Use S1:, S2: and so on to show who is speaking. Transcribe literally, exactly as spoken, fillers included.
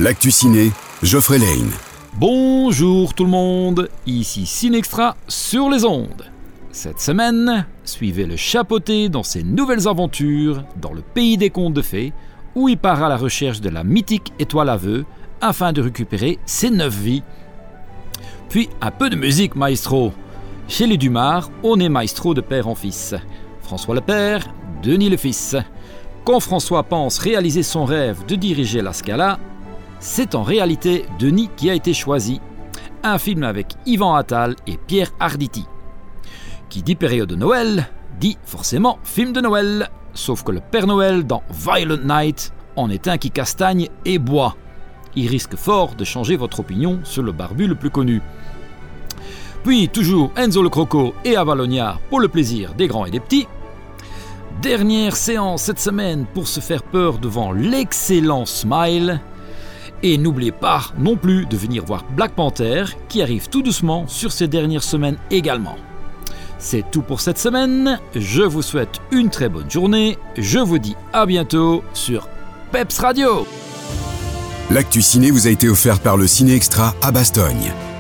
S1: L'actu ciné, Geoffrey Lane.
S2: Bonjour tout le monde, ici Cinextra sur les ondes. Cette semaine, suivez le chapeauté dans ses nouvelles aventures dans le pays des contes de fées, où il part à la recherche de la mythique étoile à vœux afin de récupérer ses neuf vies. Puis un peu de musique, maestro. Chez les Dumas, on est maestro de père en fils. François le père, Denis le fils. Quand François pense réaliser son rêve de diriger la Scala, c'est en réalité Denis qui a été choisi. Un film avec Yvan Attal et Pierre Arditi. Qui dit période de Noël, dit forcément film de Noël. Sauf que le Père Noël dans Violent Night en est un qui castagne et boit. Il risque fort de changer votre opinion sur le barbu le plus connu. Puis toujours Enzo le Croco et Avalonia pour le plaisir des grands et des petits. Dernière séance cette semaine pour se faire peur devant l'excellent Smile. Et n'oubliez pas non plus de venir voir Black Panther qui arrive tout doucement sur ces dernières semaines également. C'est tout pour cette semaine, je vous souhaite une très bonne journée, je vous dis à bientôt sur Peps Radio.
S1: L'actu ciné vous a été offert par le Ciné Extra à Bastogne.